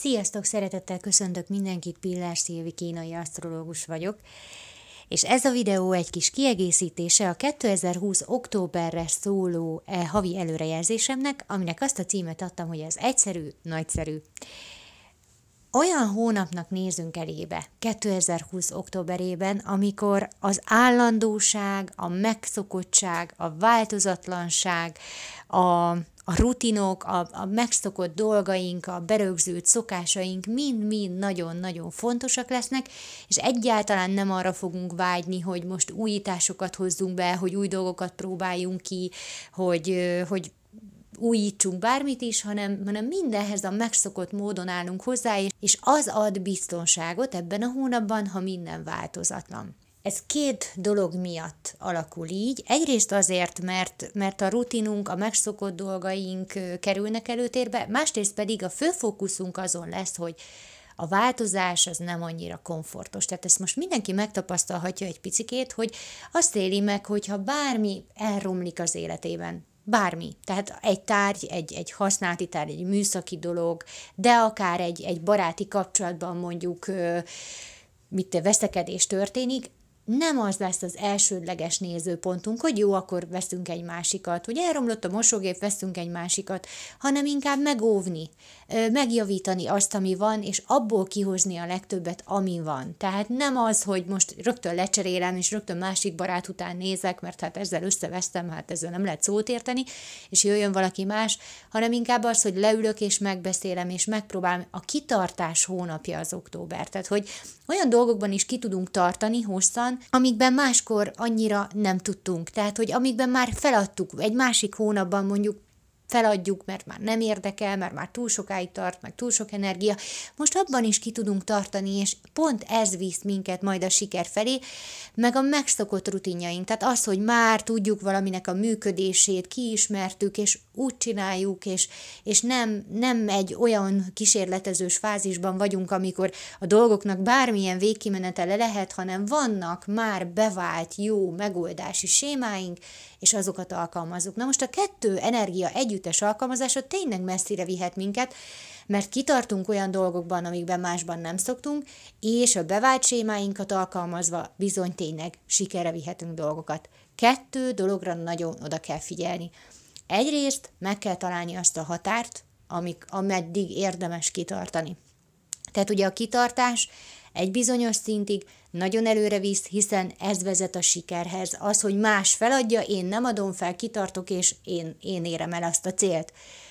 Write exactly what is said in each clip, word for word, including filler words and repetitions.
Sziasztok! Szeretettel köszöntök mindenkit, Pillás Szilvi kínai asztrológus vagyok, és ez a videó egy kis kiegészítése a kétezer-húsz októberre szóló eh, havi előrejelzésemnek, aminek azt a címet adtam, hogy ez egyszerű, nagyszerű. Olyan hónapnak nézünk elébe kétezer-húsz októberében, amikor az állandóság, a megszokottság, a változatlanság, a A rutinok, a, a megszokott dolgaink, a berögzült szokásaink mind-mind nagyon-nagyon fontosak lesznek, és egyáltalán nem arra fogunk vágyni, hogy most újításokat hozzunk be, hogy új dolgokat próbáljunk ki, hogy, hogy újítsunk bármit is, hanem, hanem mindenhez a megszokott módon állunk hozzá, és az ad biztonságot ebben a hónapban, ha minden változatlan. Ez két dolog miatt alakul így. Egyrészt azért, mert, mert a rutinunk, a megszokott dolgaink kerülnek előtérbe, másrészt pedig a fő fókuszunk azon lesz, hogy a változás az nem annyira komfortos. Tehát ezt most mindenki megtapasztalhatja egy picikét, hogy azt éli meg, hogyha bármi elromlik az életében. Bármi. Tehát egy tárgy, egy, egy használati tárgy, egy műszaki dolog, de akár egy, egy baráti kapcsolatban mondjuk mit te, veszekedés történik, nem az lesz az elsődleges nézőpontunk, hogy jó, akkor veszünk egy másikat, hogy elromlott a mosógép, veszünk egy másikat, hanem inkább megóvni, megjavítani azt, ami van, és abból kihozni a legtöbbet, ami van. Tehát nem az, hogy most rögtön lecserélem, és rögtön másik barát után nézek, mert hát ezzel összevesztem, hát ezzel nem lehet szót érteni, és jöjjön valaki más, hanem inkább az, hogy leülök, és megbeszélem, és megpróbálom. A kitartás hónapja az október. Tehát, hogy olyan dolgokban is ki tudunk tartani hosszan, amikben máskor annyira nem tudtunk. Tehát, hogy amikben már feladtuk, egy másik hónapban mondjuk feladjuk, mert már nem érdekel, mert már túl sokáig tart, meg túl sok energia. Most abban is ki tudunk tartani, és pont ez visz minket majd a siker felé, meg a megszokott rutinjaink. Tehát az, hogy már tudjuk valaminek a működését, kiismertük, és úgy csináljuk, és, és nem, nem egy olyan kísérletezős fázisban vagyunk, amikor a dolgoknak bármilyen végkimenetele lehet, hanem vannak már bevált jó megoldási sémáink, és azokat alkalmazzuk. Na most a kettő energia együttes alkalmazása tényleg messzire vihet minket, mert kitartunk olyan dolgokban, amikben másban nem szoktunk, és a bevált sémáinkat alkalmazva bizony tényleg sikerre vihetünk dolgokat. Kettő dologra nagyon oda kell figyelni. Egyrészt meg kell találni azt a határt, amik, ameddig érdemes kitartani. Tehát ugye a kitartás egy bizonyos szintig nagyon előre visz, hiszen ez vezet a sikerhez. Az, hogy más feladja, én nem adom fel, kitartok, és én, én érem el azt a célt.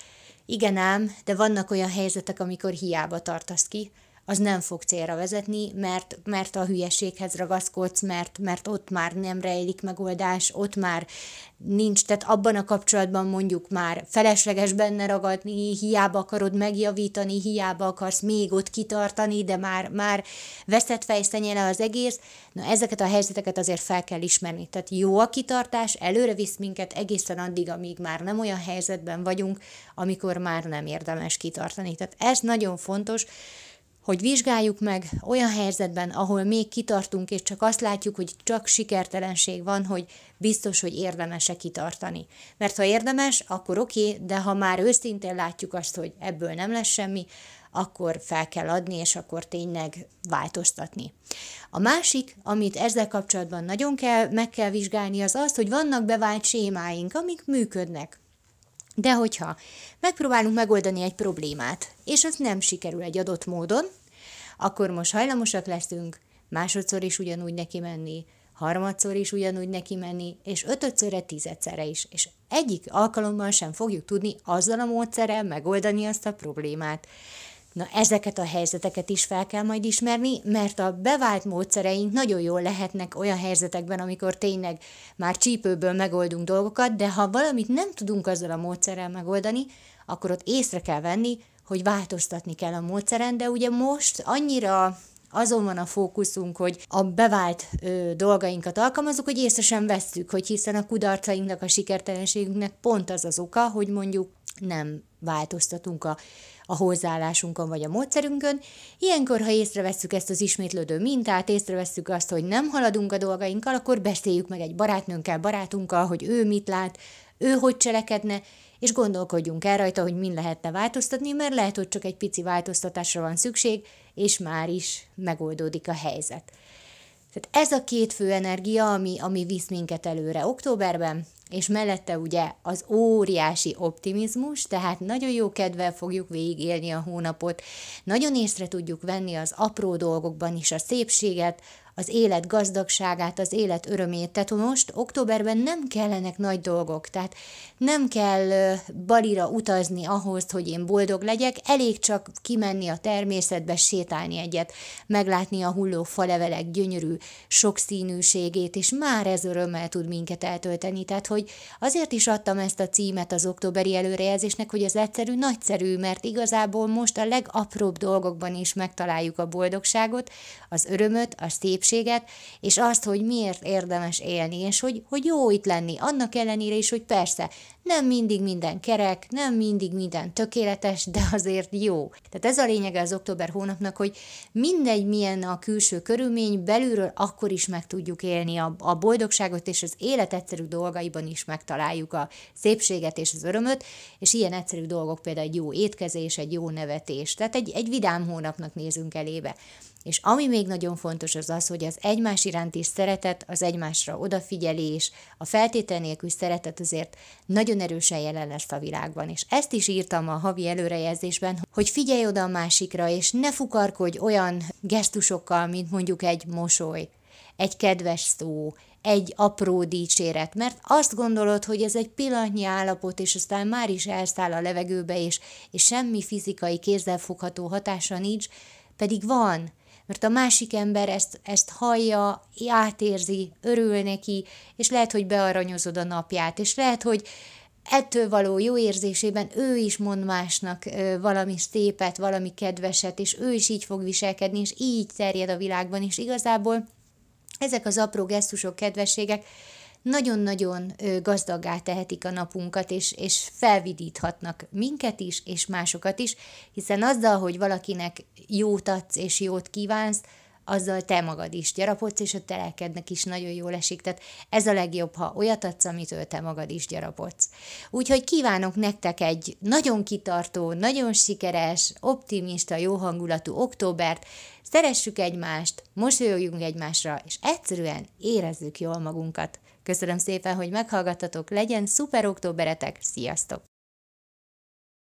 Igen ám, de vannak olyan helyzetek, amikor hiába tartasz ki, az nem fog célra vezetni, mert, mert a hülyeséghez ragaszkodsz, mert, mert ott már nem rejlik megoldás, ott már nincs, tehát abban a kapcsolatban mondjuk már felesleges benne ragadni, hiába akarod megjavítani, hiába akarsz még ott kitartani, de már, már veszett fejszennyele az egész. Na ezeket a helyzeteket azért fel kell ismerni. Tehát jó a kitartás, előre visz minket egészen addig, amíg már nem olyan helyzetben vagyunk, amikor már nem érdemes kitartani. Tehát ez nagyon fontos, hogy vizsgáljuk meg olyan helyzetben, ahol még kitartunk, és csak azt látjuk, hogy csak sikertelenség van, hogy biztos, hogy érdemes-e kitartani. Mert ha érdemes, akkor oké, okay, de ha már őszintén látjuk azt, hogy ebből nem lesz semmi, akkor fel kell adni, és akkor tényleg változtatni. A másik, amit ezzel kapcsolatban nagyon kell, meg kell vizsgálni, az az, hogy vannak bevált sémáink, amik működnek. De hogyha megpróbálunk megoldani egy problémát, és az nem sikerül egy adott módon, akkor most hajlamosak leszünk másodszor is ugyanúgy neki menni, harmadszor is ugyanúgy neki menni, és ötödszörre, tizedszerre is. És egyik alkalommal sem fogjuk tudni azzal a módszerrel megoldani azt a problémát. Na ezeket a helyzeteket is fel kell majd ismerni, mert a bevált módszereink nagyon jól lehetnek olyan helyzetekben, amikor tényleg már csípőből megoldunk dolgokat, de ha valamit nem tudunk azzal a módszerrel megoldani, akkor ott észre kell venni, hogy változtatni kell a módszeren, de ugye most annyira azon van a fókuszunk, hogy a bevált ö, dolgainkat alkalmazunk, hogy észre sem vesszük, hogy hiszen a kudarcainknak, a sikertelenségünknek pont az az oka, hogy mondjuk nem változtatunk a, a hozzáállásunkon vagy a módszerünkön. Ilyenkor, ha észrevesszük ezt az ismétlődő mintát, észrevesszük azt, hogy nem haladunk a dolgainkkal, akkor beszéljük meg egy barátnőnkkel, barátunkkal, hogy ő mit lát, ő hogy cselekedne, és gondolkodjunk el rajta, hogy min lehetne változtatni, mert lehet, hogy csak egy pici változtatásra van szükség, és már is megoldódik a helyzet. Tehát ez a két fő energia, ami, ami visz minket előre októberben, és mellette ugye az óriási optimizmus, tehát nagyon jó kedvel fogjuk végigélni a hónapot, nagyon észre tudjuk venni az apró dolgokban is a szépséget, az élet gazdagságát, az élet örömét. Tehát most októberben nem kellenek nagy dolgok, tehát nem kell Balira utazni ahhoz, hogy én boldog legyek, elég csak kimenni a természetbe, sétálni egyet, meglátni a hulló falevelek gyönyörű sokszínűségét, és már ez örömmel tud minket eltölteni. Tehát, hogy azért is adtam ezt a címet az októberi előrejelzésnek, hogy az egyszerű nagyszerű, mert igazából most a legapróbb dolgokban is megtaláljuk a boldogságot, az örömöt, a szépséget, és azt, hogy miért érdemes élni, és hogy, hogy jó itt lenni, annak ellenére is, hogy persze nem mindig minden kerek, nem mindig minden tökéletes, de azért jó. Tehát ez a lényege az október hónapnak, hogy mindegy milyen a külső körülmény, belülről akkor is meg tudjuk élni a, a boldogságot, és az élet egyszerű dolgaiban is megtaláljuk a szépséget és az örömöt, és ilyen egyszerű dolgok például egy jó étkezés, egy jó nevetés, tehát egy, egy vidám hónapnak nézünk elébe. És ami még nagyon fontos az az, hogy az egymás iránti szeretet, az egymásra odafigyelés, a feltétel nélkül szeretet azért nagyon erősen jelen lesz a világban. És ezt is írtam a havi előrejelzésben, hogy figyelj oda a másikra, és ne fukarkodj olyan gesztusokkal, mint mondjuk egy mosoly, egy kedves szó, egy apró dicséret, mert azt gondolod, hogy ez egy pillanatnyi állapot, és aztán már is elszáll a levegőbe, és, és semmi fizikai kézzelfogható hatása nincs, pedig van. Mert a másik ember ezt, ezt hallja, átérzi, örül neki, és lehet, hogy bearanyozod a napját, és lehet, hogy ettől való jó érzésében ő is mond másnak valami szépet, valami kedveset, és ő is így fog viselkedni, és így terjed a világban, és igazából ezek az apró gesztusok, kedvességek nagyon-nagyon gazdaggá tehetik a napunkat, és, és felvidíthatnak minket is, és másokat is, hiszen azzal, hogy valakinek jót adsz és jót kívánsz, azzal te magad is gyarapodsz, és a te lelkednek is nagyon jól esik. Tehát ez a legjobb, ha olyat adsz, amitől te magad is gyarapodsz. Úgyhogy kívánok nektek egy nagyon kitartó, nagyon sikeres, optimista, jó hangulatú októbert, szeressük egymást, mosolyogjunk egymásra, és egyszerűen érezzük jól magunkat. Köszönöm szépen, hogy meghallgattatok, legyen szuper októberetek, sziasztok!